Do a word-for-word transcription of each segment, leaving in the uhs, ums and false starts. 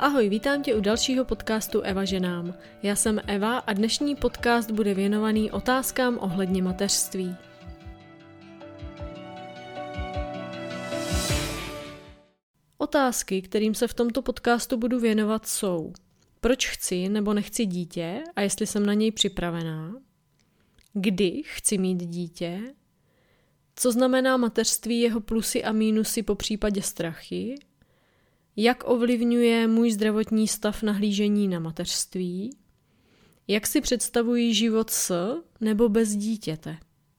Ahoj, vítám tě u dalšího podcastu Eva ženám. Já jsem Eva a dnešní podcast bude věnovaný otázkám ohledně mateřství. Otázky, kterým se v tomto podcastu budu věnovat, jsou: proč chci nebo nechci dítě a jestli jsem na něj připravená? Kdy chci mít dítě? Co znamená mateřství, jeho plusy a mínusy, popřípadě strachy? Jak ovlivňuje můj zdravotní stav nahlížení na mateřství? Jak si představuji život s nebo bez dítěte?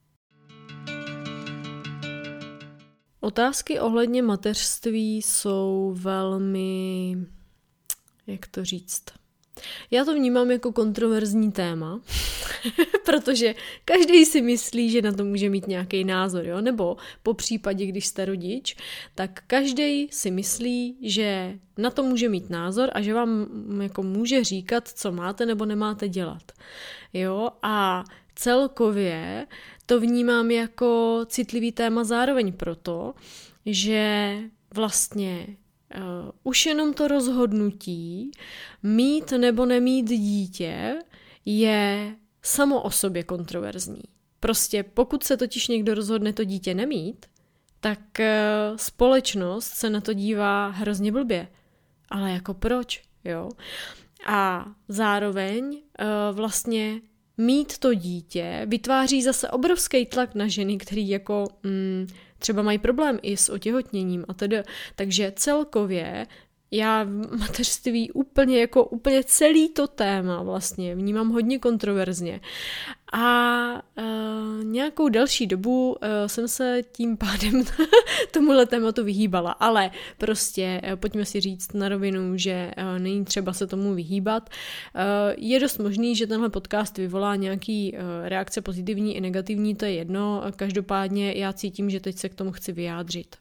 Otázky ohledně mateřství jsou velmi, jak to říct, já to vnímám jako kontroverzní téma, protože každý si myslí, že na to může mít nějaký názor, jo? Nebo po případě, když jste rodič, tak každý si myslí, že na to může mít názor a že vám jako může říkat, co máte nebo nemáte dělat. Jo? A celkově to vnímám jako citlivý téma zároveň proto, že vlastně Uh, už jenom to rozhodnutí mít nebo nemít dítě je samo o sobě kontroverzní. Prostě pokud se totiž někdo rozhodne to dítě nemít, tak uh, společnost se na to dívá hrozně blbě. Ale jako proč? Jo? A zároveň uh, vlastně mít to dítě vytváří zase obrovský tlak na ženy, který jako mm, třeba mají problém i s otěhotněním a tedy. Takže celkově já v mateřství úplně jako úplně celý to téma vlastně vnímám hodně kontroverzně. A uh, nějakou další dobu uh, jsem se tím pádem tomuhle tématu vyhýbala, ale prostě uh, pojďme si říct na rovinu, že uh, není třeba se tomu vyhýbat. Uh, je dost možný, že tenhle podcast vyvolá nějaký uh, reakce pozitivní i negativní, to je jedno. Každopádně já cítím, že teď se k tomu chci vyjádřit.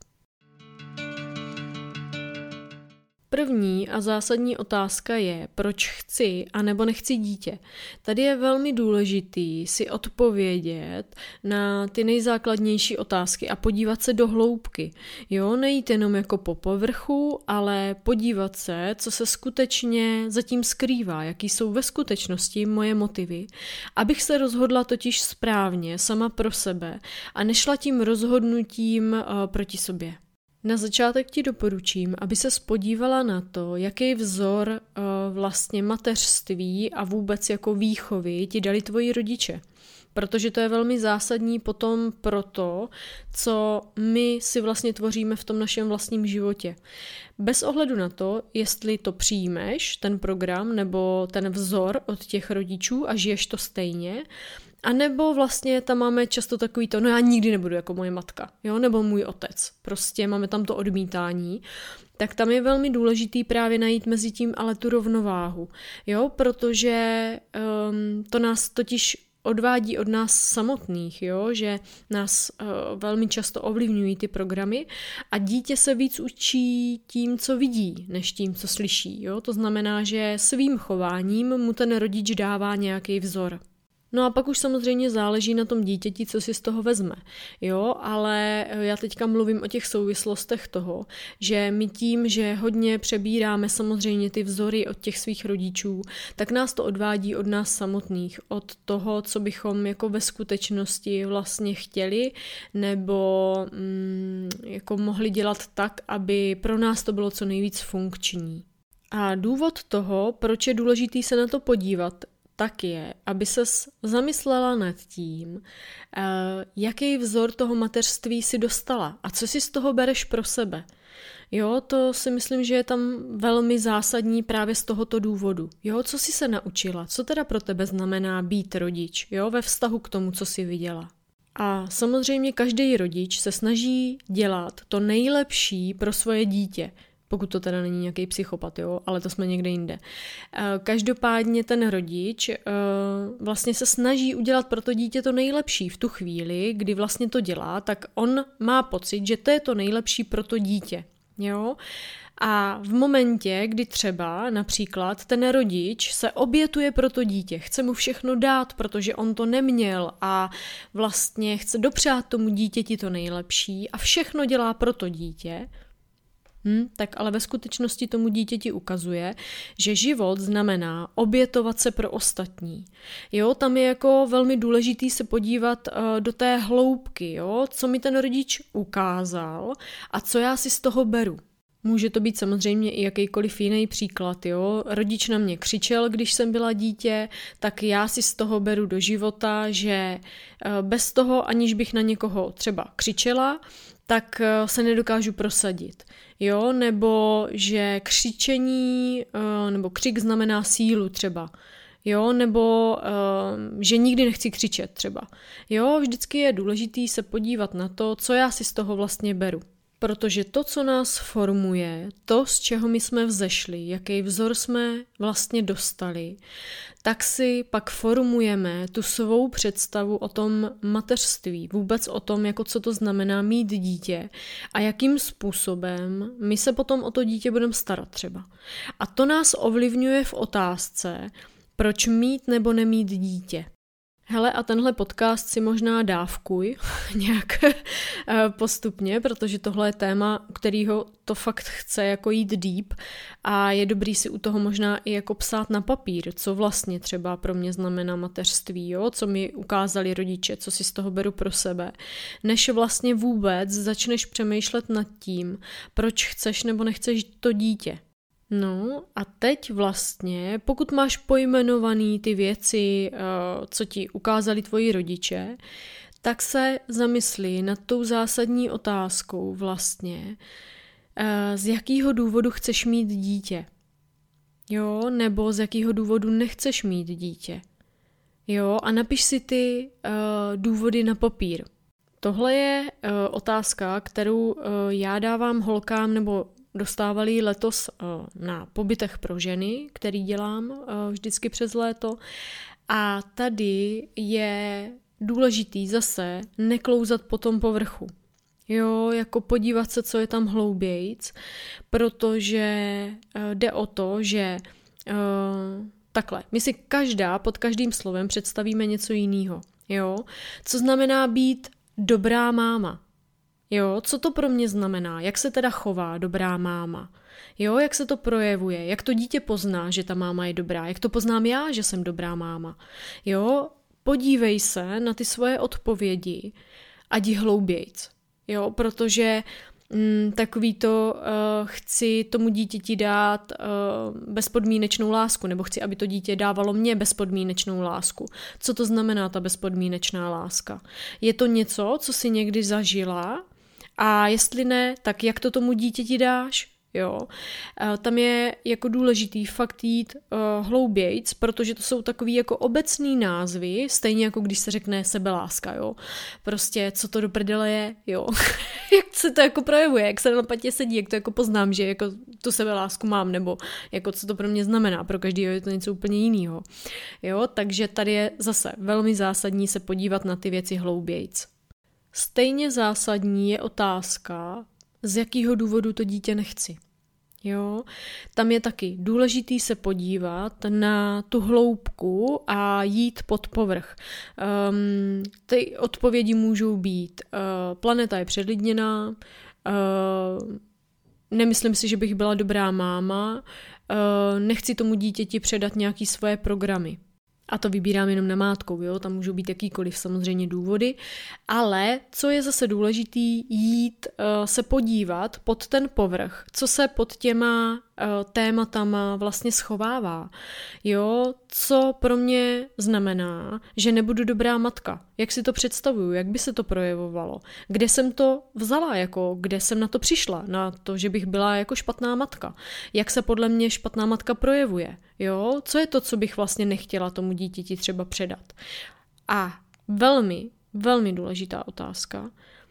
První a zásadní otázka je, proč chci a nebo nechci dítě. Tady je velmi důležitý si odpovědět na ty nejzákladnější otázky a podívat se do hloubky. Jo, nejít jenom jako po povrchu, ale podívat se, co se skutečně zatím skrývá, jaký jsou ve skutečnosti moje motivy, abych se rozhodla totiž správně sama pro sebe a nešla tím rozhodnutím uh, proti sobě. Na začátek ti doporučím, aby ses podívala na to, jaký vzor uh, vlastně mateřství a vůbec jako výchovy ti dali tvoji rodiče. Protože to je velmi zásadní potom pro to, co my si vlastně tvoříme v tom našem vlastním životě. Bez ohledu na to, jestli to přijmeš, ten program nebo ten vzor od těch rodičů a žiješ to stejně, a nebo vlastně tam máme často takový to, no já nikdy nebudu jako moje matka, jo, nebo můj otec. Prostě máme tam to odmítání. Tak tam je velmi důležitý právě najít mezi tím ale tu rovnováhu, jo, protože um, to nás totiž odvádí od nás samotných, jo, že nás uh, velmi často ovlivňují ty programy a dítě se víc učí tím, co vidí, než tím, co slyší, jo. To znamená, že svým chováním mu ten rodič dává nějaký vzor. No a pak už samozřejmě záleží na tom dítěti, co si z toho vezme, jo, ale já teďka mluvím o těch souvislostech toho, že my tím, že hodně přebíráme samozřejmě ty vzory od těch svých rodičů, tak nás to odvádí od nás samotných, od toho, co bychom jako ve skutečnosti vlastně chtěli, nebo mm, jako mohli dělat tak, aby pro nás to bylo co nejvíc funkční. A důvod toho, proč je důležitý se na to podívat, tak je, aby ses zamyslela nad tím, jaký vzor toho mateřství si dostala a co si z toho bereš pro sebe. Jo, to si myslím, že je tam velmi zásadní právě z tohoto důvodu. Jo, co jsi se naučila, co teda pro tebe znamená být rodič, jo, ve vztahu k tomu, co jsi viděla. A samozřejmě každý rodič se snaží dělat to nejlepší pro svoje dítě, pokud to teda není nějaký psychopat, jo, ale to jsme někde jinde. Každopádně ten rodič vlastně se snaží udělat pro to dítě to nejlepší v tu chvíli, kdy vlastně to dělá, tak on má pocit, že to je to nejlepší pro to dítě, jo. A v momentě, kdy třeba například ten rodič se obětuje pro to dítě, chce mu všechno dát, protože on to neměl a vlastně chce dopřát tomu dítěti to nejlepší a všechno dělá pro to dítě, Hm, tak ale ve skutečnosti tomu dítěti ukazuje, že život znamená obětovat se pro ostatní. Jo, tam je jako velmi důležitý se podívat uh, do té hloubky, jo, co mi ten rodič ukázal a co já si z toho beru. Může to být samozřejmě i jakýkoliv jiný příklad, jo. Rodič na mě křičel, když jsem byla dítě, tak já si z toho beru do života, že bez toho, aniž bych na někoho třeba křičela, tak se nedokážu prosadit. Jo, nebo že křičení nebo křik znamená sílu třeba. Jo, nebo uh, že nikdy nechci křičet třeba. Jo, vždycky je důležitý se podívat na to, co já si z toho vlastně beru. Protože to, co nás formuje, to, z čeho my jsme vzešli, jaký vzor jsme vlastně dostali, tak si pak formujeme tu svou představu o tom mateřství, vůbec o tom, jako co to znamená mít dítě a jakým způsobem my se potom o to dítě budeme starat třeba. A to nás ovlivňuje v otázce, proč mít nebo nemít dítě. Hele, a tenhle podcast si možná dávkuj nějak postupně, protože tohle je téma, kterýho to fakt chce jako jít deep a je dobrý si u toho možná i jako psát na papír, co vlastně třeba pro mě znamená mateřství, jo? Co mi ukázali rodiče, co si z toho beru pro sebe, než vlastně vůbec začneš přemýšlet nad tím, proč chceš nebo nechceš to dítě. No a teď vlastně, pokud máš pojmenovaný ty věci, co ti ukázali tvoji rodiče, tak se zamysli nad tou zásadní otázkou vlastně, z jakého důvodu chceš mít dítě. Jo, nebo z jakého důvodu nechceš mít dítě. Jo, a napiš si ty uh, důvody na papír. Tohle je uh, otázka, kterou uh, já dávám holkám nebo dostávali letos na pobytech pro ženy, který dělám vždycky přes léto. A tady je důležitý zase neklouzat po tom povrchu. Jo, jako podívat se, co je tam hloubějc, protože jde o to, že uh, takhle, my si každá pod každým slovem představíme něco jiného. Jo, co znamená být dobrá máma. Jo, co to pro mě znamená? Jak se teda chová dobrá máma? Jo, jak se to projevuje? Jak to dítě pozná, že ta máma je dobrá? Jak to poznám já, že jsem dobrá máma? Jo, podívej se na ty svoje odpovědi a jdi hloubějc. Jo, protože mm, takový to uh, chci tomu dítěti dát uh, bezpodmínečnou lásku, nebo chci, aby to dítě dávalo mě bezpodmínečnou lásku. Co to znamená ta bezpodmínečná láska? Je to něco, co si někdy zažila? A jestli ne, tak jak to tomu dítěti dáš? Jo. Tam je jako důležitý fakt jít uh, hloubějc, protože to jsou takový jako obecný názvy, stejně jako když se řekne sebeláska, jo. Prostě, co to do prdele je, jo. Jak se to jako projevuje, jak se na patě sedí, jak to jako poznám, že jako tu sebelásku mám, nebo jako co to pro mě znamená, pro každého je to něco úplně jiného. Jo, takže tady je zase velmi zásadní se podívat na ty věci hloubějc. Stejně zásadní je otázka, z jakého důvodu to dítě nechci. Jo, tam je taky důležitý se podívat na tu hloubku a jít pod povrch. Um, ty odpovědi můžou být, uh, planeta je předlidněná, uh, nemyslím si, že bych byla dobrá máma, uh, nechci tomu dítěti předat nějaký svoje programy. A to vybírám jenom namátkou, jo? Tam můžou být jakýkoliv samozřejmě důvody, ale co je zase důležitý, jít uh, se podívat pod ten povrch, co se pod těma uh, tématama vlastně schovává. Jo? Co pro mě znamená, že nebudu dobrá matka. Jak si to představuju, jak by se to projevovalo. Kde jsem to vzala, jako kde jsem na to přišla, na to, že bych byla jako špatná matka. Jak se podle mě špatná matka projevuje. Jo? Co je to, co bych vlastně nechtěla tomu dítěti třeba předat. A velmi, velmi důležitá otázka,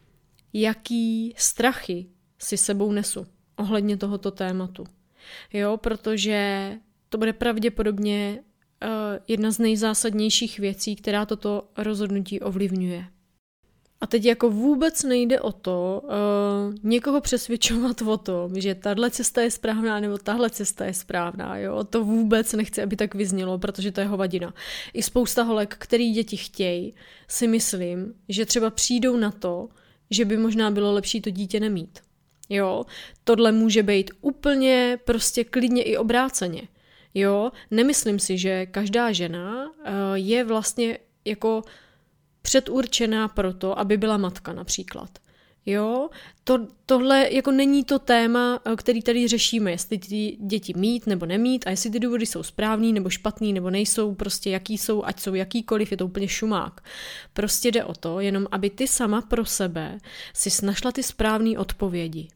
jaký strachy si sebou nesu ohledně tohoto tématu. Jo, protože to bude pravděpodobně uh, jedna z nejzásadnějších věcí, která toto rozhodnutí ovlivňuje. A teď jako vůbec nejde o to uh, někoho přesvědčovat o tom, že tahle cesta je správná nebo tahle cesta je správná. Jo? To vůbec nechci, aby tak vyznělo, protože to je hovadina. I spousta holek, který děti chtějí, si myslím, že třeba přijdou na to, že by možná bylo lepší to dítě nemít. Jo, tohle může být úplně prostě klidně i obráceně. Jo, nemyslím si, že každá žena uh, je vlastně jako předurčená pro to, aby byla matka například. Jo, to, tohle jako není to téma, který tady řešíme, jestli ty děti mít nebo nemít a jestli ty důvody jsou správný nebo špatný nebo nejsou, prostě jaký jsou, ať jsou jakýkoliv, je to úplně šumák. Prostě jde o to, jenom aby ty sama pro sebe si našla ty správné odpovědi.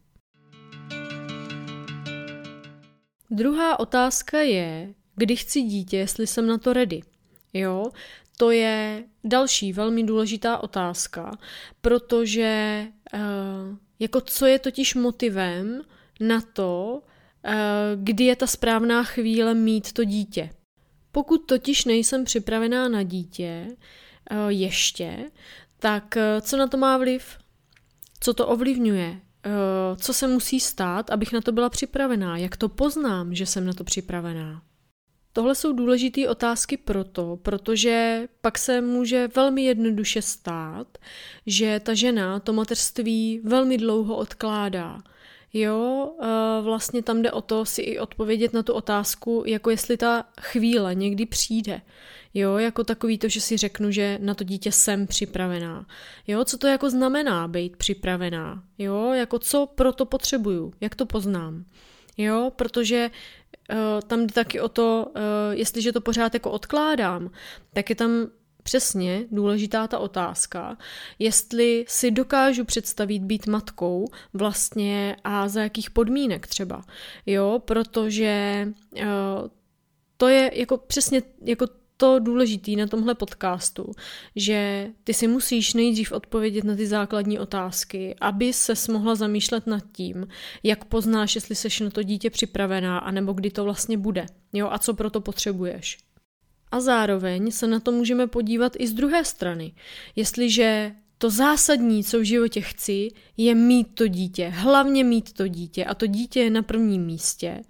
Druhá otázka je, kdy chci dítě, jestli jsem na to ready. Jo, to je další velmi důležitá otázka, protože uh, jako co je totiž motivem na to, uh, kdy je ta správná chvíle mít to dítě. Pokud totiž nejsem připravená na dítě uh, ještě, tak uh, co na to má vliv? Co to ovlivňuje? Uh, co se musí stát, abych na to byla připravená? Jak to poznám, že jsem na to připravená? Tohle jsou důležité otázky proto, protože pak se může velmi jednoduše stát, že ta žena to mateřství velmi dlouho odkládá. Jo, vlastně tam jde o to si i odpovědět na tu otázku, jako jestli ta chvíle někdy přijde. Jo, jako takový to, že si řeknu, že na to dítě jsem připravená. Jo, co to jako znamená být připravená? Jo, jako co pro to potřebuju? Jak to poznám? Jo, protože uh, tam jde taky o to, uh, jestliže to pořád jako odkládám, tak je tam přesně důležitá ta otázka, jestli si dokážu představit být matkou vlastně a za jakých podmínek třeba. Jo, protože uh, to je jako přesně jako to důležitý na tomhle podcastu, že ty si musíš nejdřív odpovědět na ty základní otázky, aby ses mohla zamýšlet nad tím, jak poznáš, jestli seš na to dítě připravená, anebo kdy to vlastně bude, jo, a co pro to potřebuješ. A zároveň se na to můžeme podívat i z druhé strany. Jestliže to zásadní, co v životě chci, je mít to dítě, hlavně mít to dítě a to dítě je na prvním místě,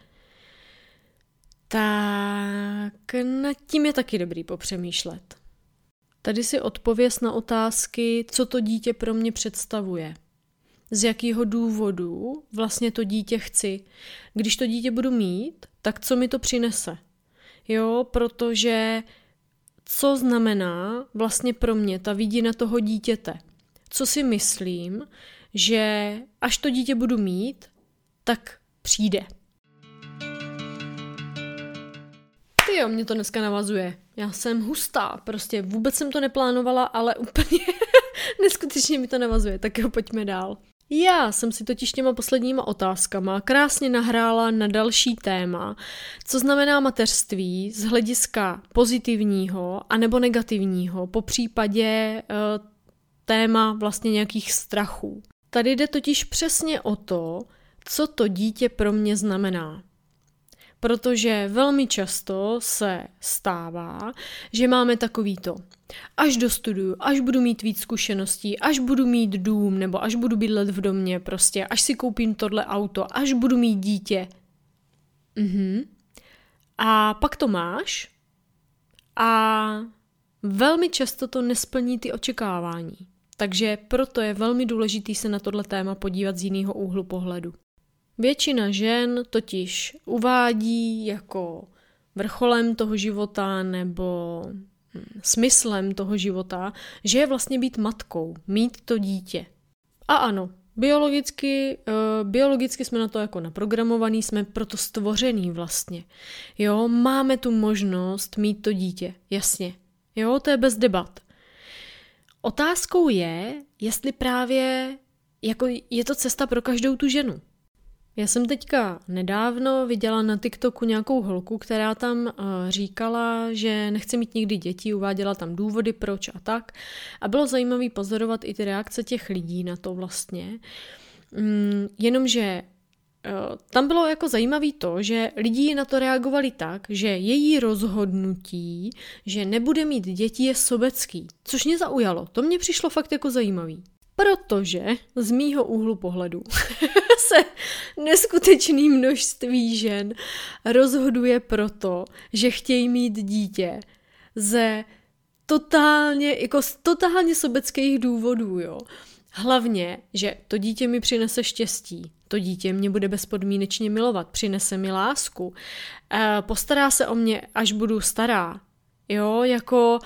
tak nad tím je taky dobrý popřemýšlet. Tady si odpověz na otázky, co to dítě pro mě představuje. Z jakého důvodu vlastně to dítě chci. Když to dítě budu mít, tak co mi to přinese? Jo, protože co znamená vlastně pro mě ta vidina toho dítěte? Co si myslím, že až to dítě budu mít, tak přijde. Tyjo, mě to dneska navazuje. Já jsem hustá, prostě vůbec jsem to neplánovala, ale úplně neskutečně mi to navazuje, tak jo, pojďme dál. Já jsem si totiž těma posledníma otázkama krásně nahrála na další téma, co znamená mateřství z hlediska pozitivního anebo negativního, po případě e, téma vlastně nějakých strachů. Tady jde totiž přesně o to, co to dítě pro mě znamená. Protože velmi často se stává, že máme takovýto. Až dostuduju, až budu mít víc zkušeností, až budu mít dům, nebo až budu bydlet v domě, prostě, až si koupím tohle auto, až budu mít dítě. Mhm. A pak to máš a velmi často to nesplní ty očekávání. Takže proto je velmi důležité se na tohle téma podívat z jiného úhlu pohledu. Většina žen totiž uvádí jako vrcholem toho života nebo smyslem toho života, že je vlastně být matkou, mít to dítě. A ano, biologicky, uh, biologicky jsme na to jako naprogramovaný, jsme proto stvořený vlastně. Jo, máme tu možnost mít to dítě, jasně. Jo, to je bez debat. Otázkou je, jestli právě jako je to cesta pro každou tu ženu. Já jsem teďka nedávno viděla na TikToku nějakou holku, která tam uh, říkala, že nechce mít nikdy děti, uváděla tam důvody, proč a tak. A bylo zajímavé pozorovat i ty reakce těch lidí na to vlastně. Mm, jenomže uh, tam bylo jako zajímavé to, že lidi na to reagovali tak, že její rozhodnutí, že nebude mít děti, je sobecký. Což mě zaujalo, to mě přišlo fakt jako zajímavý. Protože z mýho úhlu pohledu se neskutečné množství žen rozhoduje proto, že chtějí mít dítě ze totálně, jako z totálně sobeckých důvodů, jo. Hlavně, že to dítě mi přinese štěstí, to dítě mě bude bezpodmínečně milovat, přinese mi lásku, postará se o mě, až budu stará. Jo, jako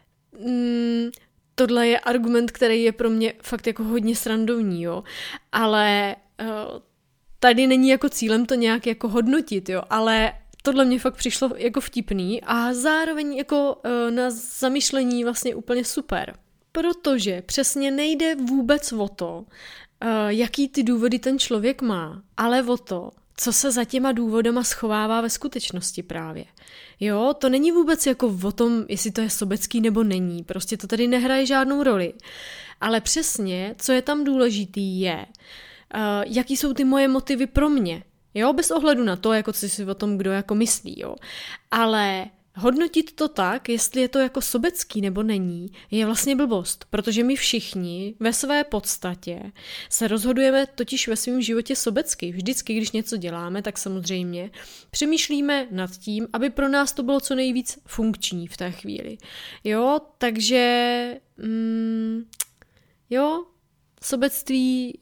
mm, tohle je argument, který je pro mě fakt jako hodně srandovní, jo, ale uh, tady není jako cílem to nějak jako hodnotit, jo, ale tohle mě fakt přišlo jako vtipný a zároveň jako uh, na zamyšlení vlastně úplně super. Protože přesně nejde vůbec o to, uh, jaký ty důvody ten člověk má, ale o to, co se za těma důvodama schovává ve skutečnosti právě. Jo, to není vůbec jako o tom, jestli to je sobecký nebo není, prostě to tady nehraje žádnou roli. Ale přesně, co je tam důležitý je, uh, jaký jsou ty moje motivy pro mě. Jo, bez ohledu na to, jako co si o tom kdo jako myslí, jo. Ale hodnotit to tak, jestli je to jako sobecký nebo není, je vlastně blbost, protože my všichni ve své podstatě se rozhodujeme totiž ve svém životě sobecky. Vždycky, když něco děláme, tak samozřejmě přemýšlíme nad tím, aby pro nás to bylo co nejvíc funkční v té chvíli. Jo, takže mm, jo, sobectví,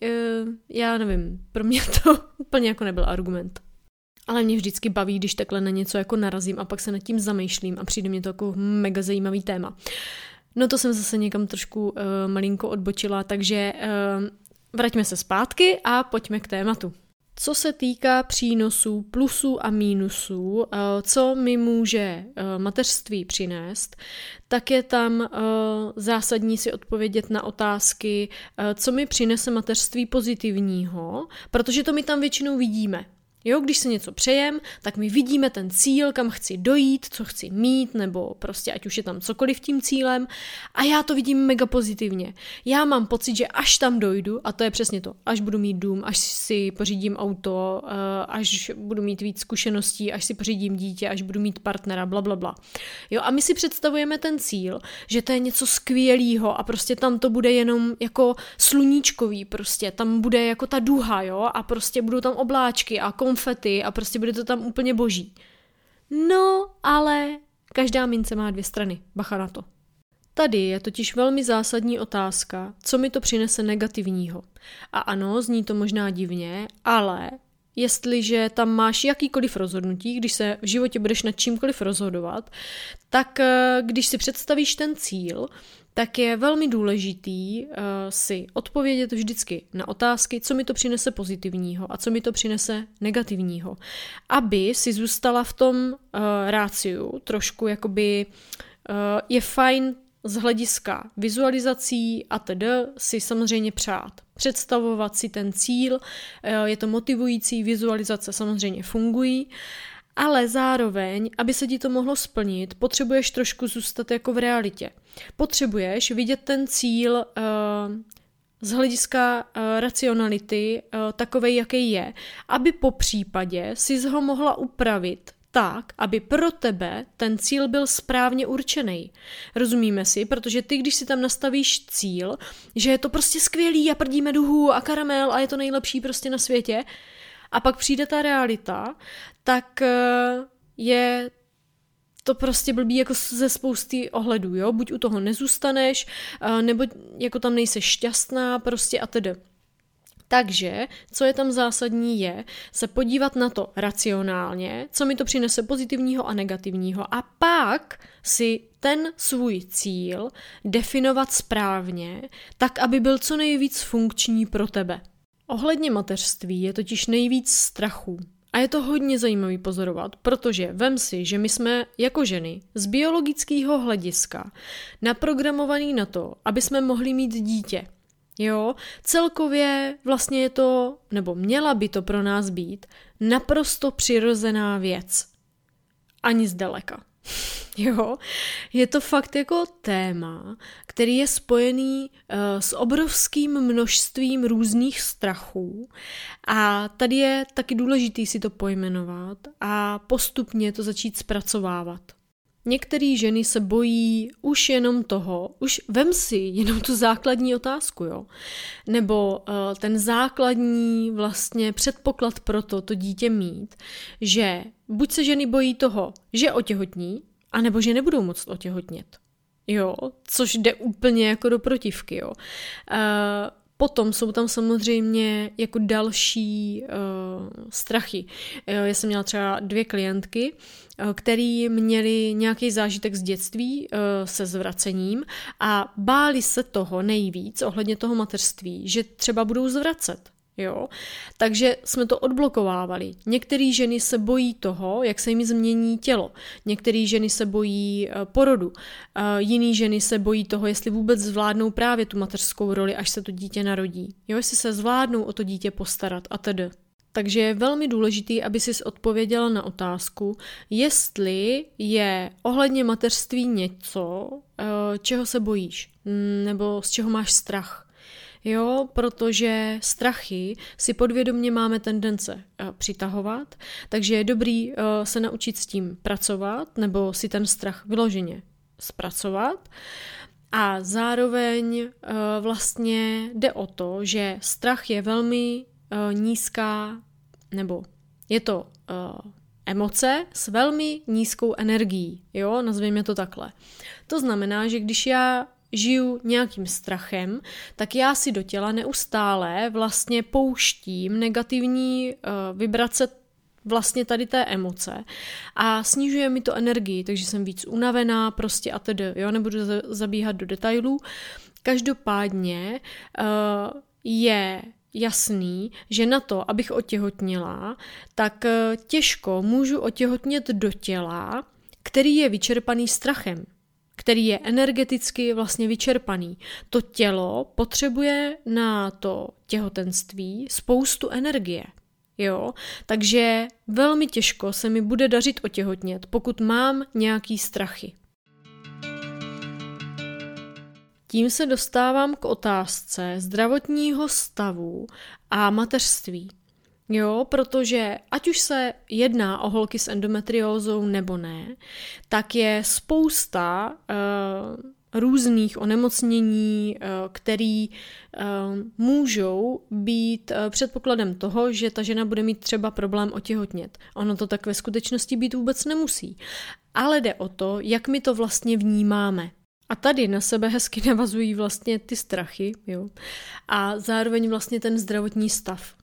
já nevím, pro mě to úplně jako nebyl argument. Ale mě vždycky baví, když takhle na něco jako narazím a pak se nad tím zamýšlím a přijde mě to jako mega zajímavý téma. No to jsem zase někam trošku uh, malinko odbočila, takže uh, vraťme se zpátky a pojďme k tématu. Co se týká přínosů, plusů a mínusů, uh, co mi může uh, mateřství přinést, tak je tam uh, zásadní si odpovědět na otázky, uh, co mi přinese mateřství pozitivního, protože to my tam většinou vidíme. Jo, když se něco přejem, tak my vidíme ten cíl, kam chci dojít, co chci mít, nebo prostě ať už je tam cokoliv tím cílem a já to vidím mega pozitivně. Já mám pocit, že až tam dojdu, a to je přesně to, až budu mít dům, až si pořídím auto, až budu mít víc zkušeností, až si pořídím dítě, až budu mít partnera, bla, bla, bla. Jo, a my si představujeme ten cíl, že to je něco skvělého a prostě tam to bude jenom jako sluníčkový, prostě tam bude jako ta duha, jo, a prostě budou tam obláčky a konfety a prostě bude to tam úplně boží. No, ale každá mince má dvě strany. Bacha na to. Tady je totiž velmi zásadní otázka, co mi to přinese negativního. A ano, zní to možná divně, ale jestliže tam máš jakýkoliv rozhodnutí, když se v životě budeš nad čímkoliv rozhodovat, tak když si představíš ten cíl, tak je velmi důležitý uh, si odpovědět vždycky na otázky, co mi to přinese pozitivního a co mi to přinese negativního. Aby si zůstala v tom uh, ráciu, trošku jakoby uh, je fajn z hlediska vizualizací a tedy si samozřejmě přát. Představovat si ten cíl, uh, je to motivující, vizualizace samozřejmě fungují, ale zároveň, aby se ti to mohlo splnit, potřebuješ trošku zůstat jako v realitě. Potřebuješ vidět ten cíl uh, z hlediska uh, racionality uh, takovej, jaký je, aby po případě si ho mohla upravit tak, aby pro tebe ten cíl byl správně určený. Rozumíme si, protože ty, když si tam nastavíš cíl, že je to prostě skvělý a prdíme duhu a karamel a je to nejlepší prostě na světě, a pak přijde ta realita, tak je to prostě blbý jako ze spousty ohledů, jo? Buď u toho nezůstaneš, nebo jako tam nejseš šťastná, prostě a tedy. Takže, co je tam zásadní je se podívat na to racionálně, co mi to přinese pozitivního a negativního a pak si ten svůj cíl definovat správně, tak, aby byl co nejvíc funkční pro tebe. Ohledně mateřství je totiž nejvíc strachu. A je to hodně zajímavý pozorovat, protože vem si, že my jsme jako ženy z biologického hlediska naprogramovaný na to, aby jsme mohli mít dítě. Jo, celkově vlastně je to, nebo měla by to pro nás být, naprosto přirozená věc. Ani zdaleka. Jo, je to fakt jako téma, který je spojený uh, s obrovským množstvím různých strachů a tady je taky důležitý si to pojmenovat a postupně to začít zpracovávat. Některé ženy se bojí už jenom toho, už vem si jenom tu základní otázku, jo, nebo uh, ten základní vlastně předpoklad pro to, to dítě mít, že buď se ženy bojí toho, že otěhotní, anebo že nebudou moct otěhotnět. Jo, což jde úplně jako do protivky, jo. Uh, potom jsou tam samozřejmě jako další uh, strachy. Uh, já jsem měla třeba dvě klientky, uh, který měli nějaký zážitek z dětství uh, se zvracením a báli se toho nejvíc ohledně toho mateřství, že třeba budou zvracet. Jo? Takže jsme to odblokovávali. Některé ženy se bojí toho, jak se jim změní tělo. Některé ženy se bojí uh, porodu. Uh, jiný ženy se bojí toho, jestli vůbec zvládnou právě tu mateřskou roli, až se to dítě narodí. Jo? Jestli se zvládnou o to dítě postarat a tedy. Takže je velmi důležitý, aby jsi odpověděla na otázku, jestli je ohledně mateřství něco, uh, čeho se bojíš, nebo z čeho máš strach. Jo, protože strachy si podvědomě máme tendence uh, přitahovat, takže je dobrý uh, se naučit s tím pracovat, nebo si ten strach vyloženě zpracovat. A zároveň uh, vlastně jde o to, že strach je velmi uh, nízká, nebo je to uh, emoce s velmi nízkou energií, jo, nazvěme to takhle. To znamená, že když já žiju nějakým strachem, tak já si do těla neustále vlastně pouštím negativní uh, vibrace vlastně tady té emoce a snižuje mi to energii, takže jsem víc unavená prostě a tedy, jo, nebudu zabíhat do detailů. Každopádně uh, je jasný, že na to, abych otěhotněla, tak uh, těžko můžu otěhotnět do těla, který je vyčerpaný strachem, který je energeticky vlastně vyčerpaný. To tělo potřebuje na to těhotenství spoustu energie. Jo? Takže velmi těžko se mi bude dařit otěhotnět, pokud mám nějaký strachy. Tím se dostávám k otázce zdravotního stavu a mateřství. Jo, protože ať už se jedná o holky s endometriózou nebo ne, tak je spousta uh, různých onemocnění, uh, které uh, můžou být uh, předpokladem toho, že ta žena bude mít třeba problém otěhotnět. Ono to tak ve skutečnosti být vůbec nemusí. Ale jde o to, jak my to vlastně vnímáme. A tady na sebe hezky navazují vlastně ty strachy, jo, a zároveň vlastně ten zdravotní stav.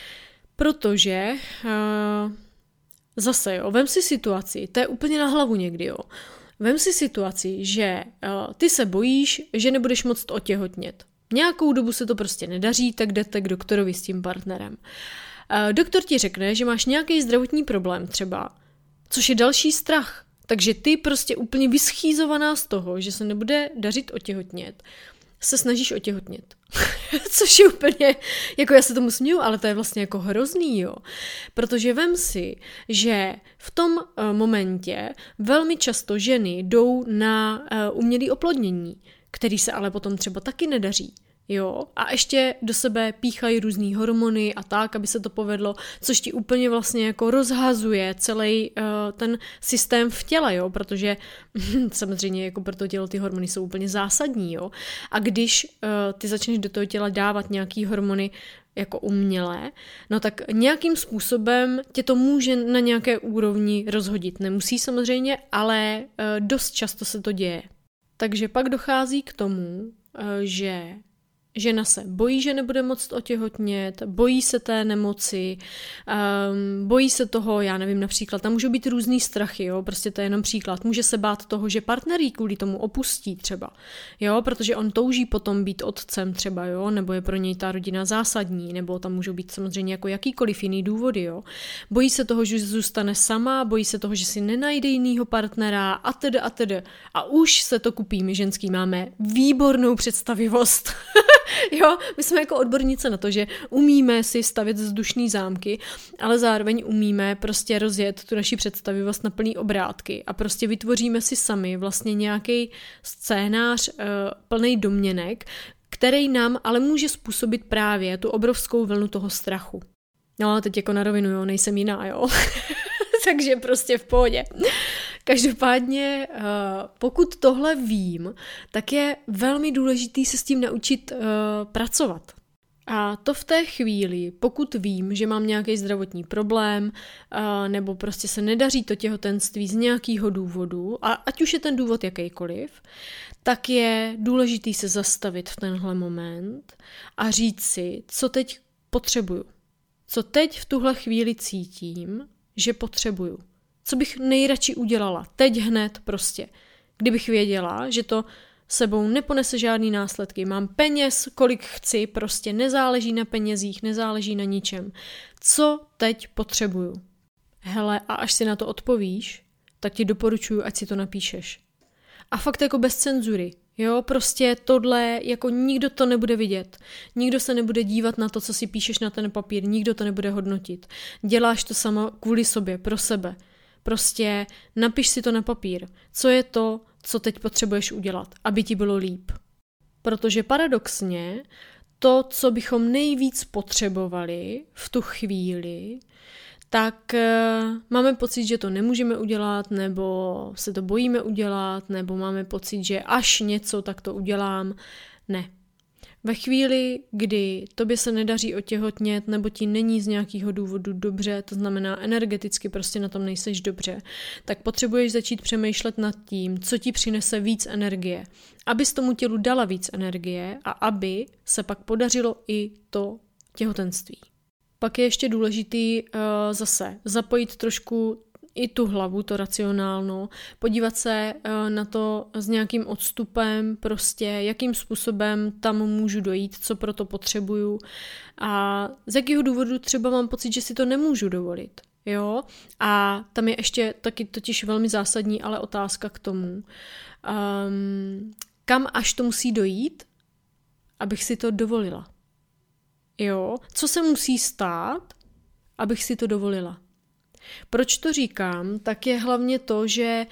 Protože uh, zase, jo, vem si situaci, to je úplně na hlavu někdy, jo. Vem si situaci, že uh, ty se bojíš, že nebudeš moct otěhotnět. Nějakou dobu se to prostě nedaří, tak jdete k doktorovi s tím partnerem. Uh, doktor ti řekne, že máš nějaký zdravotní problém třeba, což je další strach. Takže ty prostě úplně vyschýzovaná z toho, že se nebude dařit otěhotnět, se snažíš otěhotnět. Což je úplně, jako já se tomu směju, ale to je vlastně jako hrozný, jo. Protože vem si, že v tom uh, momentě velmi často ženy jdou na uh, umělé oplodnění, který se ale potom třeba taky nedaří. Jo, a ještě do sebe píchají různý hormony a tak, aby se to povedlo, což ti úplně vlastně jako rozhazuje celý uh, ten systém v těle, jo, protože samozřejmě jako pro to tělo ty hormony jsou úplně zásadní, jo. A když uh, ty začneš do toho těla dávat nějaký hormony jako umělé, no tak nějakým způsobem tě to může na nějaké úrovni rozhodit. Nemusí samozřejmě, ale uh, dost často se to děje. Takže pak dochází k tomu, uh, že žena se bojí, že nebude moct otěhotnět, bojí se té nemoci, um, bojí se toho, já nevím, například, tam můžou být různý strachy, jo, prostě to je jenom příklad. Může se bát toho, že partner jí kvůli tomu opustí třeba, jo, protože on touží potom být otcem třeba, jo, nebo je pro něj ta rodina zásadní, nebo tam můžou být samozřejmě jako jakýkoliv jiný důvody, jo. Bojí se toho, že zůstane sama, bojí se toho, že si nenajde jinýho partnera a tedy a tedy. A už se to kupí, my ženský máme výbornou představivost. Jo, my jsme jako odbornice na to, že umíme si stavět vzdušný zámky, ale zároveň umíme prostě rozjet tu naši představivost na plný obrátky a prostě vytvoříme si sami vlastně nějaký scénář uh, plný domněnek, který nám ale může způsobit právě tu obrovskou vlnu toho strachu. No a teď jako na rovinu, jo, nejsem jiná, jo. Takže prostě v pohodě. Každopádně, pokud tohle vím, tak je velmi důležitý se s tím naučit pracovat. A to v té chvíli, pokud vím, že mám nějaký zdravotní problém, nebo prostě se nedaří to těhotenství z nějakého důvodu, a ať už je ten důvod jakýkoliv, tak je důležitý se zastavit v tenhle moment a říct si, co teď potřebuju. Co teď v tuhle chvíli cítím, že potřebuju. Co bych nejradši udělala, teď hned prostě. Kdybych věděla, že to sebou neponese žádný následky. Mám peněz, kolik chci, prostě nezáleží na penězích, nezáleží na ničem. Co teď potřebuju? Hele, a až si na to odpovíš, tak ti doporučuji, ať si to napíšeš. A fakt jako bez cenzury. Jo, prostě tohle, jako nikdo to nebude vidět. Nikdo se nebude dívat na to, co si píšeš na ten papír, nikdo to nebude hodnotit. Děláš to sama kvůli sobě, pro sebe. Prostě napiš si to na papír. Co je to, co teď potřebuješ udělat, aby ti bylo líp. Protože paradoxně to, co bychom nejvíc potřebovali v tu chvíli, tak uh, máme pocit, že to nemůžeme udělat, nebo se to bojíme udělat, nebo máme pocit, že až něco, tak to udělám. Ne. Ve chvíli, kdy tobě se nedaří otěhotnět, nebo ti není z nějakého důvodu dobře, to znamená energeticky prostě na tom nejseš dobře, tak potřebuješ začít přemýšlet nad tím, co ti přinese víc energie. Abys tomu tělu dala víc energie a aby se pak podařilo i to těhotenství. Pak je ještě důležitý uh, zase zapojit trošku i tu hlavu, to racionálno, podívat se uh, na to s nějakým odstupem, prostě jakým způsobem tam můžu dojít, co pro to potřebuju a z jakého důvodu třeba mám pocit, že si to nemůžu dovolit. Jo? A tam je ještě taky totiž velmi zásadní ale otázka k tomu, um, kam až to musí dojít, abych si to dovolila. Jo, co se musí stát, abych si to dovolila. Proč to říkám, tak je hlavně to, že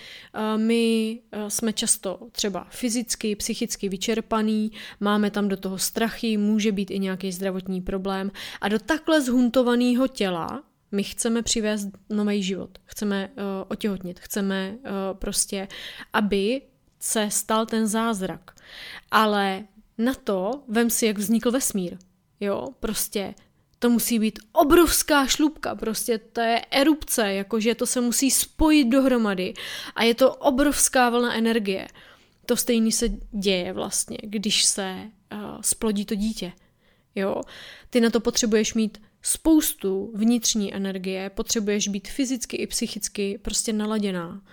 my jsme často třeba fyzicky, psychicky vyčerpaný, máme tam do toho strachy, může být i nějaký zdravotní problém a do takhle zhuntovaného těla my chceme přivést nový život, chceme uh, otěhotnit, chceme uh, prostě, aby se stal ten zázrak. Ale na to vem si, jak vznikl vesmír. Jo, prostě to musí být obrovská šlupka, prostě to je erupce, jakože to se musí spojit dohromady a je to obrovská vlna energie. To stejné se děje vlastně, když se uh, splodí to dítě. Jo, ty na to potřebuješ mít spoustu vnitřní energie, potřebuješ být fyzicky i psychicky prostě naladěná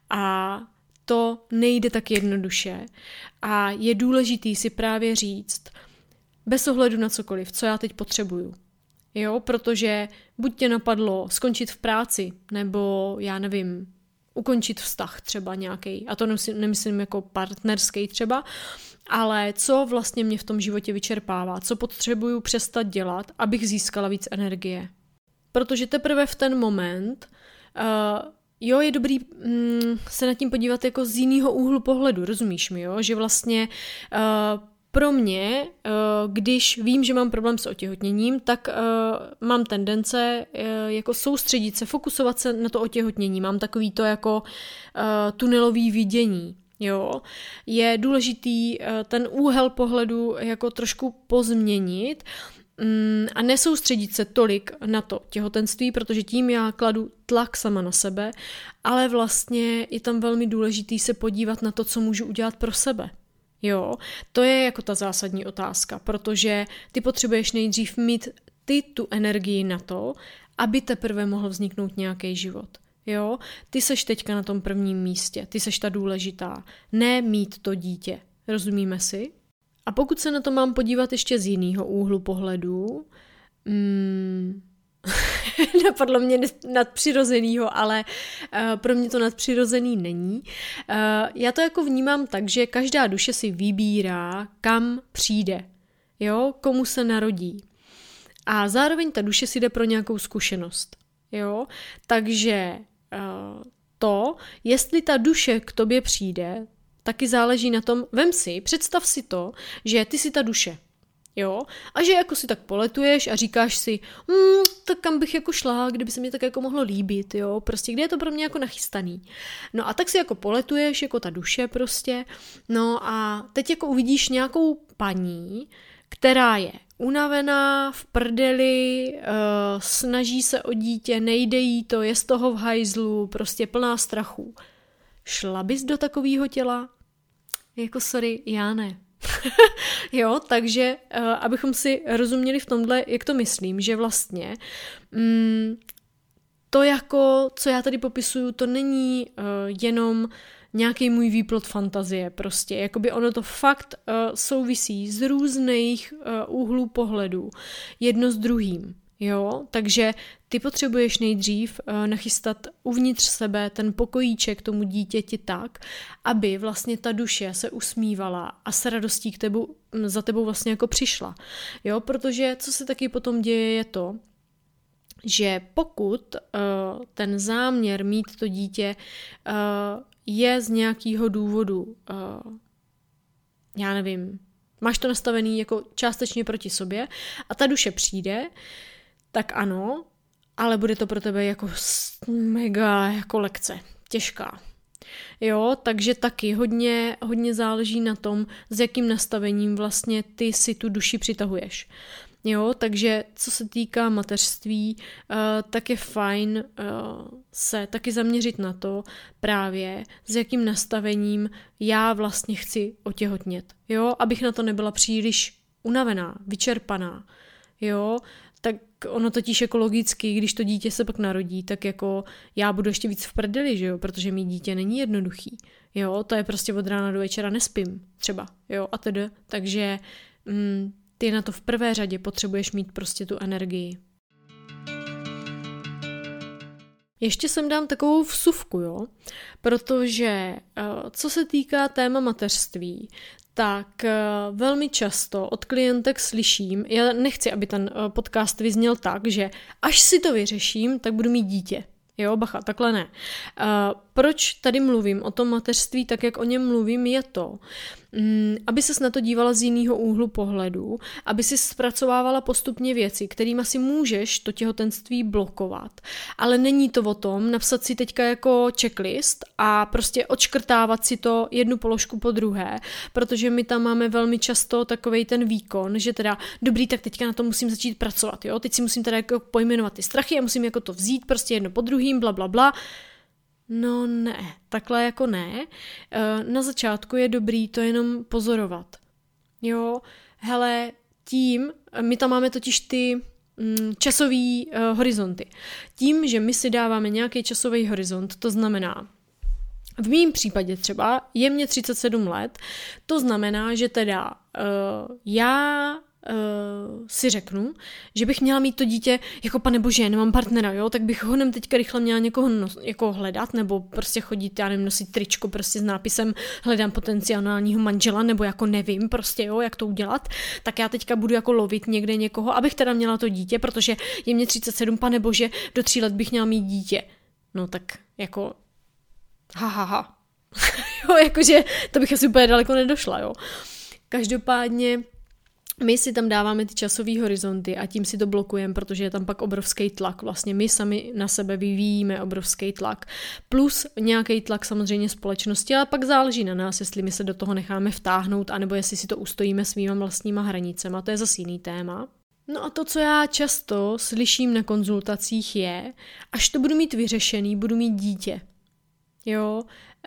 a to nejde tak jednoduše a je důležitý si právě říct, bez ohledu na cokoliv, co já teď potřebuju. Jo, protože buď tě napadlo skončit v práci, nebo já nevím, ukončit vztah třeba nějaký, a to nemyslím, nemyslím jako partnerský třeba, ale co vlastně mě v tom životě vyčerpává, co potřebuju přestat dělat, abych získala víc energie. Protože teprve v ten moment, uh, jo, je dobrý mm, se nad tím podívat jako z jiného úhlu pohledu, rozumíš mi, jo, že vlastně uh, pro mě, když vím, že mám problém s otěhotněním, tak uh, mám tendence uh, jako soustředit se, fokusovat se na to otěhotnění. Mám takový to jako uh, tunelový vidění. Jo? Je důležitý uh, ten úhel pohledu jako trošku pozměnit um, a nesoustředit se tolik na to těhotenství, protože tím já kladu tlak sama na sebe, ale vlastně je tam velmi důležitý se podívat na to, co můžu udělat pro sebe. Jo, to je jako ta zásadní otázka, protože ty potřebuješ nejdřív mít ty tu energii na to, aby teprve mohl vzniknout nějaký život. Jo, ty seš teďka na tom prvním místě, ty seš ta důležitá, ne mít to dítě, rozumíme si? A pokud se na to mám podívat ještě z jiného úhlu pohledu, hmm, napadlo mě nadpřirozenýho, ale uh, pro mě to nadpřirozený není. Uh, já to jako vnímám tak, že každá duše si vybírá, kam přijde, jo, komu se narodí. A zároveň ta duše si jde pro nějakou zkušenost, jo, takže uh, to, jestli ta duše k tobě přijde, taky záleží na tom, vem si, představ si to, že ty jsi ta duše. Jo? A že jako si tak poletuješ a říkáš si, hm, tak kam bych jako šla, kdyby se mě tak jako mohlo líbit, jo, prostě kde je to pro mě jako nachystaný. No a tak si jako poletuješ, jako ta duše prostě, no a teď jako uvidíš nějakou paní, která je unavená, v prdeli, uh, snaží se o dítě, nejde jí to, je z toho v hajzlu, prostě plná strachu. Šla bys do takového těla? Jako sorry, já ne. Jo, takže uh, abychom si rozuměli v tomhle, jak to myslím, že vlastně mm, to jako, co já tady popisuju, to není uh, jenom nějaký můj výplod fantazie prostě, jakoby ono to fakt uh, souvisí z různých uh, úhlů pohledu, jedno s druhým, jo, takže ty potřebuješ nejdřív uh, nachystat uvnitř sebe ten pokojíček tomu dítěti tak, aby vlastně ta duše se usmívala a s radostí k tebu, za tebou vlastně jako přišla, jo, protože co se taky potom děje je to, že pokud uh, ten záměr mít to dítě uh, je z nějakého důvodu, uh, já nevím, máš to nastavený jako částečně proti sobě a ta duše přijde, tak ano, ale bude to pro tebe jako mega jako lekce, těžká. Jo, takže taky hodně, hodně záleží na tom, s jakým nastavením vlastně ty si tu duši přitahuješ. Jo, takže co se týká mateřství, uh, tak je fajn uh, se taky zaměřit na to právě, s jakým nastavením já vlastně chci otěhotnět. Jo, abych na to nebyla příliš unavená, vyčerpaná. Jo, tak ono totiž jako logicky, když to dítě se pak narodí, tak jako já budu ještě víc v prdeli, že jo, protože mít dítě není jednoduchý. Jo, to je prostě od rána do večera nespím, třeba, jo, a tedy. Takže mm, ty na to v prvé řadě potřebuješ mít prostě tu energii. Ještě sem dám takovou vsuvku, jo, protože co se týká téma mateřství, tak velmi často od klientek slyším, já nechci, aby ten podcast vyzněl tak, že až si to vyřeším, tak budu mít dítě. Jo, bacha, takhle ne. Uh, proč tady mluvím o tom mateřství, tak jak o něm mluvím, je to, um, aby ses na to dívala z jiného úhlu pohledu, aby si zpracovávala postupně věci, kterými si můžeš to těhotenství blokovat, ale není to o tom napsat si teďka jako checklist a prostě odškrtávat si to jednu položku po druhé, protože my tam máme velmi často takovej ten výkon, že teda dobrý, tak teďka na to musím začít pracovat, jo, teď si musím teda jako pojmenovat ty strachy a musím jako to vzít prostě jedno po druhým, bla, bla, bla. No ne, takhle jako ne. Na začátku je dobrý to jenom pozorovat. Jo, hele, tím, my tam máme totiž ty mm, časový uh, horizonty. Tím, že my si dáváme nějaký časový horizont, to znamená, v mém případě třeba je mě třicet sedm let, to znamená, že teda uh, já Uh, si řeknu, že bych měla mít to dítě jako panebože, nemám partnera, jo, tak bych honem teďka rychle měla někoho nos, jako hledat, nebo prostě chodit, já nevím, nosit tričko prostě s nápisem hledám potenciálního manžela, nebo jako nevím prostě, jo, jak to udělat, tak já teďka budu jako lovit někde někoho, abych teda měla to dítě, protože je mě třicet sedm, panebože, do tří let bych měla mít dítě. No tak jako ha, ha, ha. Jo, jakože to bych asi úplně daleko nedošla, jo. Každopádně my si tam dáváme ty časové horizonty a tím si to blokujeme, protože je tam pak obrovský tlak. Vlastně my sami na sebe vyvíjíme obrovský tlak. Plus nějaký tlak samozřejmě společnosti, ale pak záleží na nás, jestli my se do toho necháme vtáhnout, anebo jestli si to ustojíme svýma vlastníma hranicema. To je zase jiný téma. No a to, co já často slyším na konzultacích je, až to budu mít vyřešený, budu mít dítě. Jo,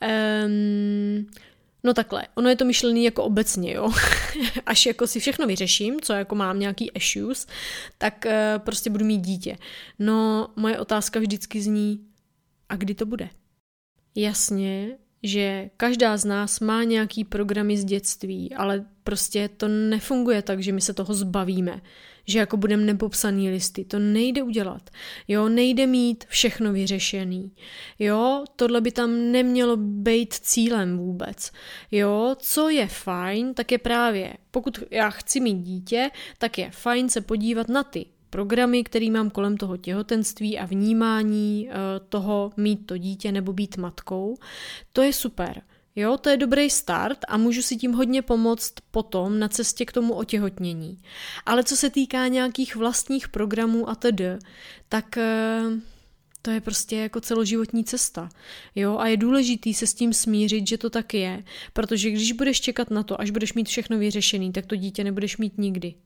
um, No takhle, ono je to myšlený jako obecně, jo. Až jako si všechno vyřeším, co jako mám nějaký issues, tak uh, prostě budu mít dítě. No, moje otázka vždycky zní, a kdy to bude? Jasně, že každá z nás má nějaký programy z dětství, ale prostě to nefunguje tak, že my se toho zbavíme, že jako budeme nepopsaný listy, to nejde udělat, jo, nejde mít všechno vyřešený, jo, tohle by tam nemělo být cílem vůbec, jo, co je fajn, tak je právě, pokud já chci mít dítě, tak je fajn se podívat na ty programy, který mám kolem toho těhotenství a vnímání uh, toho mít to dítě nebo být matkou, to je super. Jo, to je dobrý start a můžu si tím hodně pomoct potom na cestě k tomu otěhotnění. Ale co se týká nějakých vlastních programů a tedy, tak uh, to je prostě jako celoživotní cesta. Jo, a je důležitý se s tím smířit, že to tak je, protože když budeš čekat na to, až budeš mít všechno vyřešený, tak to dítě nebudeš mít nikdy.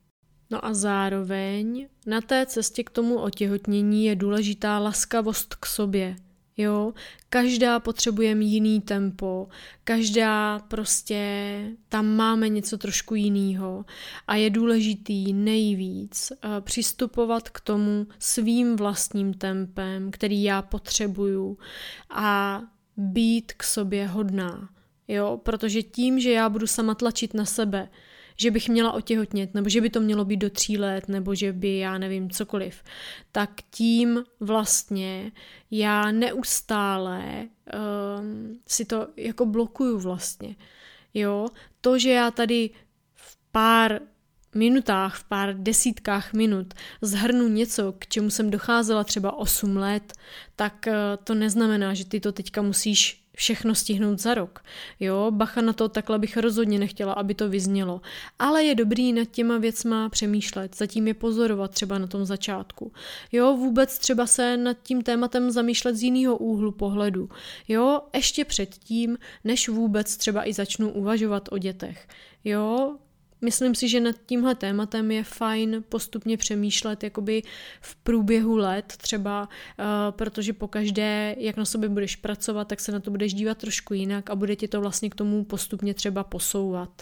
No a zároveň na té cestě k tomu otěhotnění je důležitá laskavost k sobě. Jo, každá potřebujeme jiný tempo, každá prostě tam máme něco trošku jinýho a je důležitý nejvíc uh, přistupovat k tomu svým vlastním tempem, který já potřebuju a být k sobě hodná. Jo, protože tím, že já budu sama tlačit na sebe, že bych měla otěhotnět, nebo že by to mělo být do tří let, nebo že by, já nevím, cokoliv, tak tím vlastně já neustále um, si to jako blokuju vlastně. Jo, to, že já tady v pár minutách, v pár desítkách minut zhrnu něco, k čemu jsem docházela třeba osm let, tak uh, to neznamená, že ty to teďka musíš všechno stihnout za rok. Jo, bacha na to, takhle bych rozhodně nechtěla, aby to vyznělo. Ale je dobrý nad těma věcma přemýšlet, zatím je pozorovat třeba na tom začátku. Jo, vůbec třeba se nad tím tématem zamýšlet z jiného úhlu pohledu. Jo, ještě předtím, než vůbec třeba i začnu uvažovat o dětech. Jo, myslím si, že nad tímhle tématem je fajn postupně přemýšlet jakoby v průběhu let třeba, uh, protože pokaždé, jak na sobě budeš pracovat, tak se na to budeš dívat trošku jinak a bude tě to vlastně k tomu postupně třeba posouvat.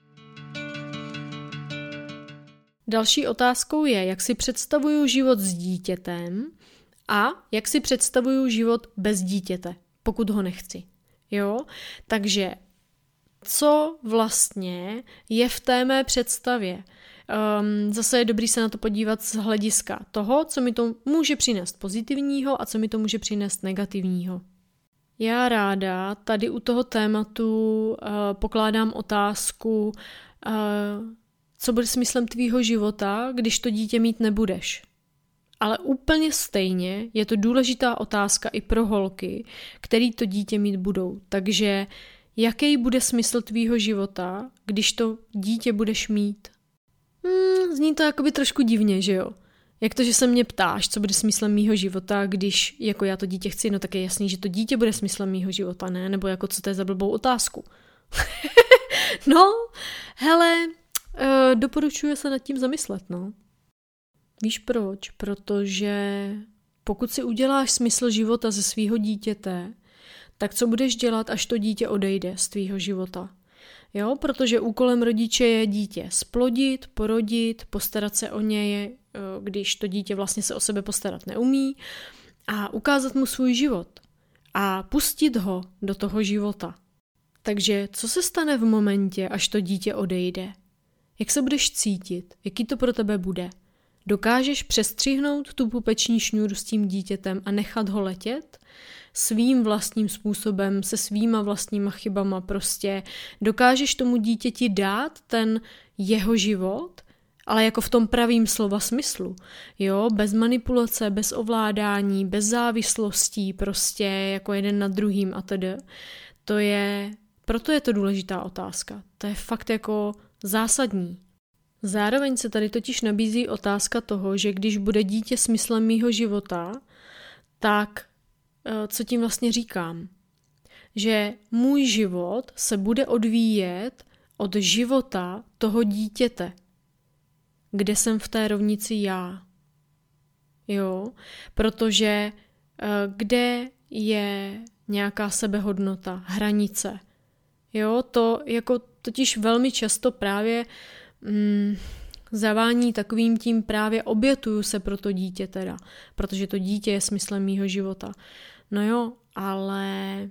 Další otázkou je, jak si představuju život s dítětem a jak si představuju život bez dítěte, pokud ho nechci. Jo, takže co vlastně je v té mé představě. Um, zase je dobrý se na to podívat z hlediska toho, co mi to může přinést pozitivního a co mi to může přinést negativního. Já ráda tady u toho tématu uh, pokládám otázku, uh, co bude smyslem tvýho života, když to dítě mít nebudeš. Ale úplně stejně je to důležitá otázka i pro holky, který to dítě mít budou. Takže jaký bude smysl tvýho života, když to dítě budeš mít? Hmm, zní to jakoby trošku divně, že jo? Jak to, že se mě ptáš, co bude smyslem mýho života, když jako já to dítě chci, no tak je jasný, že to dítě bude smyslem mýho života, ne? Nebo jako co to je za blbou otázku? No, hele, uh, doporučuji se nad tím zamyslet, no. Víš proč? Protože pokud si uděláš smysl života ze svýho dítěte, tak co budeš dělat, až to dítě odejde z tvýho života? Jo, protože úkolem rodiče je dítě splodit, porodit, postarat se o něj, když to dítě vlastně se o sebe postarat neumí a ukázat mu svůj život a pustit ho do toho života. Takže co se stane v momentě, až to dítě odejde? Jak se budeš cítit? Jaký to pro tebe bude? Dokážeš přestřihnout tu pupeční šňůru s tím dítětem a nechat ho letět? Svým vlastním způsobem, se svýma vlastníma chybama prostě. Dokážeš tomu dítěti dát ten jeho život, ale jako v tom pravým slova smyslu. Jo, bez manipulace, bez ovládání, bez závislostí, prostě jako jeden nad druhým a tedy. To je, proto je to důležitá otázka. To je fakt jako zásadní. Zároveň se tady totiž nabízí otázka toho, že když bude dítě smyslem mýho života, tak co tím vlastně říkám? Že můj život se bude odvíjet od života toho dítěte, kde jsem v té rovnici já. Jo, protože kde je nějaká sebehodnota, hranice. Jo, to jako totiž velmi často právě mm, zavání takovým tím právě obětuju se pro to dítě teda, protože to dítě je smyslem mýho života. No jo, ale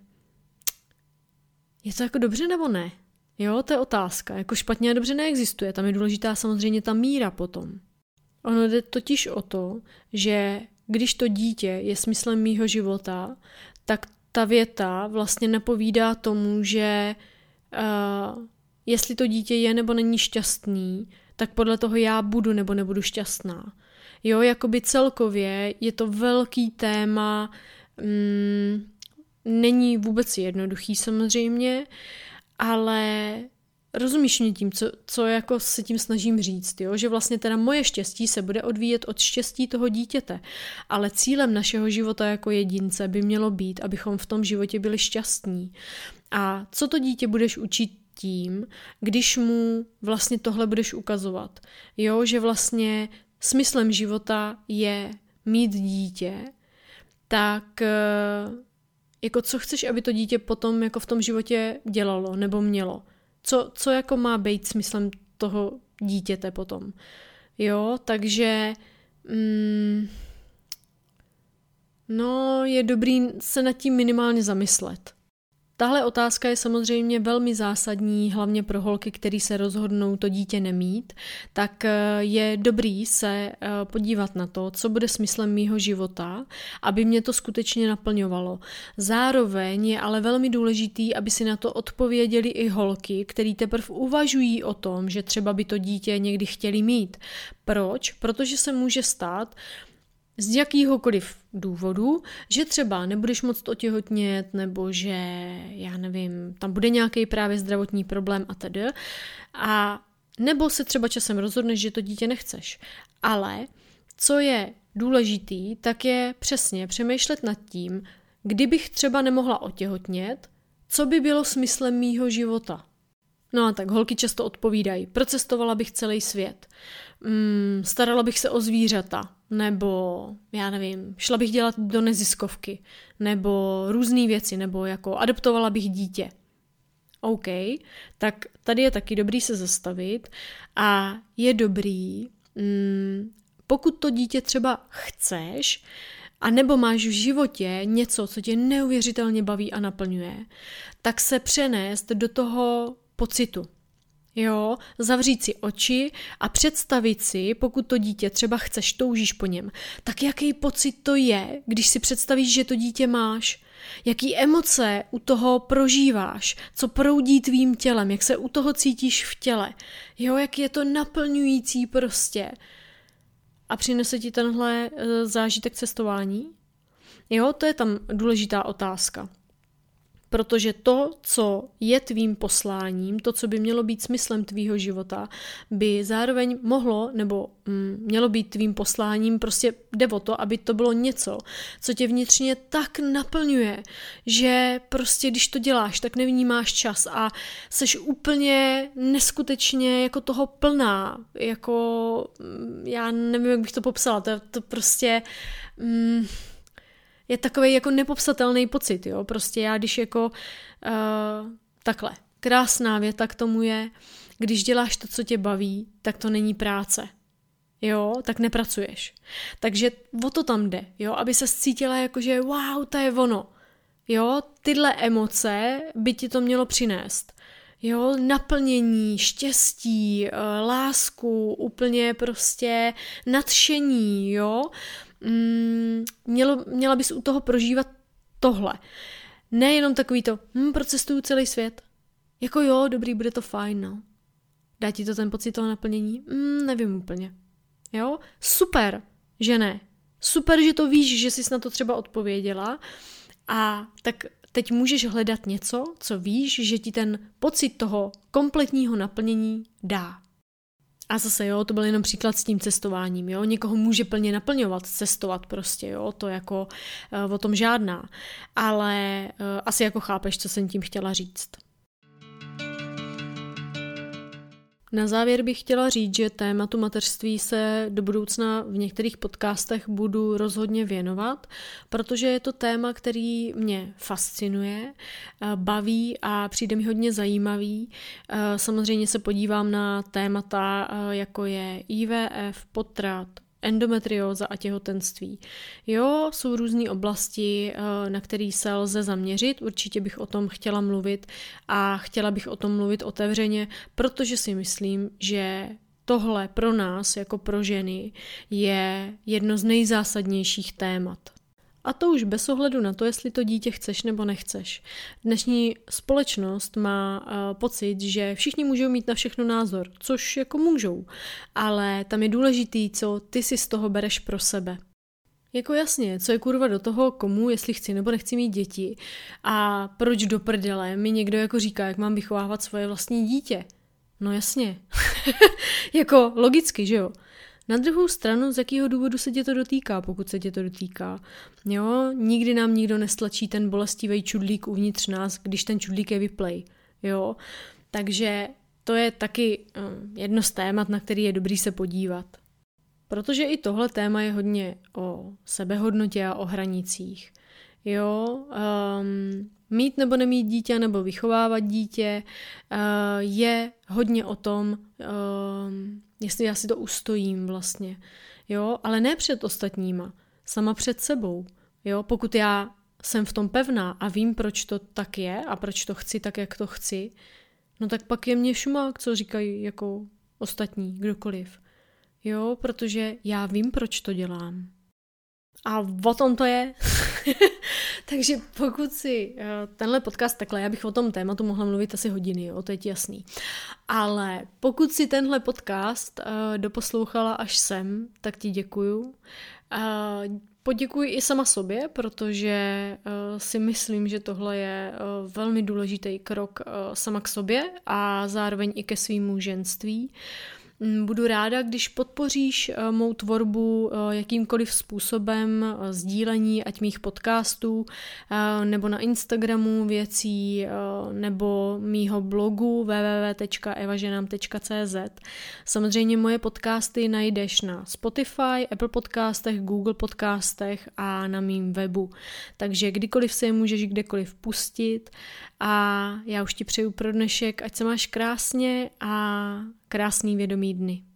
je to jako dobře nebo ne? Jo, to je otázka. Jako špatně a dobře neexistuje. Tam je důležitá samozřejmě ta míra potom. Ono jde totiž o to, že když to dítě je smyslem mýho života, tak ta věta vlastně napovídá tomu, že uh, jestli to dítě je nebo není šťastný, tak podle toho já budu nebo nebudu šťastná. Jo, jakoby celkově je to velký téma, mm, není vůbec jednoduchý samozřejmě, ale rozumíš mě tím, co, co jako se tím snažím říct, jo? Že vlastně teda moje štěstí se bude odvíjet od štěstí toho dítěte, ale cílem našeho života jako jedince by mělo být, abychom v tom životě byli šťastní. A co to dítě budeš učit tím, když mu vlastně tohle budeš ukazovat. Jo, že vlastně smyslem života je mít dítě, tak jako co chceš, aby to dítě potom jako v tom životě dělalo nebo mělo? Co, co jako má být smyslem toho dítěte potom? Jo, takže mm, no je dobrý se nad tím minimálně zamyslet. Tahle otázka je samozřejmě velmi zásadní, hlavně pro holky, které se rozhodnou to dítě nemít, tak je dobrý se podívat na to, co bude smyslem mýho života, aby mě to skutečně naplňovalo. Zároveň je ale velmi důležitý, aby si na to odpověděli i holky, které teprve uvažují o tom, že třeba by to dítě někdy chtěli mít. Proč? Protože se může stát, z jakýhokoliv důvodu, že třeba nebudeš moct otěhotnět, nebo že, já nevím, tam bude nějaký právě zdravotní problém a tedy. A nebo se třeba časem rozhodneš, že to dítě nechceš. Ale co je důležitý, tak je přesně přemýšlet nad tím, kdybych třeba nemohla otěhotnět, co by bylo smyslem mýho života. No a tak holky často odpovídají, procestovala bych celý svět, mm, starala bych se o zvířata, nebo já nevím, šla bych dělat do neziskovky, nebo různé věci, nebo jako adoptovala bych dítě. OK, tak tady je taky dobrý se zastavit a je dobrý, mm, pokud to dítě třeba chceš, a nebo máš v životě něco, co tě neuvěřitelně baví a naplňuje, tak se přenést do toho pocitu. Jo, zavřít si oči a představit si, pokud to dítě třeba chceš, toužíš po něm, tak jaký pocit to je, když si představíš, že to dítě máš, jaký emoce u toho prožíváš, co proudí tvým tělem, jak se u toho cítíš v těle, jo, jak je to naplňující prostě. A přinese ti tenhle zážitek cestování? Jo, to je tam důležitá otázka. Protože to, co je tvým posláním, to, co by mělo být smyslem tvýho života, by zároveň mohlo, nebo mm, mělo být tvým posláním, prostě jde o to, aby to bylo něco, co tě vnitřně tak naplňuje, že prostě když to děláš, tak nevnímáš čas a seš úplně neskutečně jako toho plná, jako, já nevím, jak bych to popsala, to, to prostě... Mm, je takový jako nepopsatelný pocit, jo, prostě já když jako uh, takhle, krásná věta k tomu je, když děláš to, co tě baví, tak to není práce, jo, tak nepracuješ. Takže o to tam jde, jo, aby se cítila jako, že wow, to je ono, jo, tyhle emoce by ti to mělo přinést. Jo, naplnění, štěstí, lásku, úplně prostě nadšení, jo. Mm, mělo, měla bys u toho prožívat tohle. Nejenom takový to, hm, procestuju celý svět. Jako jo, dobrý, bude to fajn, no. Dá ti to ten pocit toho naplnění? Mm, nevím úplně. Jo, super, že ne. Super, že to víš, že jsi na to třeba odpověděla a tak teď můžeš hledat něco, co víš, že ti ten pocit toho kompletního naplnění dá. A zase jo, to byl jenom příklad s tím cestováním, jo, někoho může plně naplňovat, cestovat prostě, jo, to jako uh, o tom žádná, ale uh, asi jako chápeš, co jsem tím chtěla říct. Na závěr bych chtěla říct, že tématu mateřství se do budoucna v některých podcastech budu rozhodně věnovat, protože je to téma, který mě fascinuje, baví a přijde mi hodně zajímavý. Samozřejmě se podívám na témata, jako je I V F, potrat, endometrióza a těhotenství. Jo, jsou různé oblasti, na které se lze zaměřit, určitě bych o tom chtěla mluvit a chtěla bych o tom mluvit otevřeně, protože si myslím, že tohle pro nás, jako pro ženy, je jedno z nejzásadnějších témat. A to už bez ohledu na to, jestli to dítě chceš nebo nechceš. Dnešní společnost má uh, pocit, že všichni můžou mít na všechno názor, což jako můžou, ale tam je důležitý, co ty si z toho bereš pro sebe. Jako jasně, co je kurva do toho, komu, jestli chci nebo nechci mít děti a proč do prdele mi někdo jako říká, jak mám vychovávat svoje vlastní dítě. No jasně, jako logicky, že jo. Na druhou stranu, z jakého důvodu se tě to dotýká, pokud se tě to dotýká. Jo, nikdy nám nikdo nestlačí ten bolestivý čudlík uvnitř nás, když ten čudlík je vyplej. Jo, Takže to je taky jedno z témat, na který je dobrý se podívat. Protože i tohle téma je hodně o sebehodnotě a o hranicích. Jo, um, mít nebo nemít dítě nebo vychovávat dítě uh, je hodně o tom, um, jestli já si to ustojím vlastně. Jo, ale ne před ostatníma, sama před sebou. Jo, pokud já jsem v tom pevná a vím, proč to tak je a proč to chci tak, jak to chci, no tak pak je mě šumák, co říkají jako ostatní, kdokoliv. Jo, protože já vím, proč to dělám. A o tom to je. Takže pokud si tenhle podcast takhle, já bych o tom tématu mohla mluvit asi hodiny, jo, to je ti jasný. Ale pokud si tenhle podcast uh, doposlouchala až sem, tak ti děkuju. Uh, poděkuji i sama sobě, protože uh, si myslím, že tohle je uh, velmi důležitý krok uh, sama k sobě a zároveň i ke svýmu ženství. Budu ráda, když podpoříš mou tvorbu jakýmkoliv způsobem sdílení, ať mých podcastů, nebo na Instagramu věcí, nebo mýho blogu w w w tečka evaženam tečka c z. Samozřejmě moje podcasty najdeš na Spotify, Apple podcastech, Google podcastech a na mým webu. Takže kdykoliv se je můžeš kdekoliv pustit a já už ti přeju pro dnešek, ať se máš krásně a krásný vědomý dny.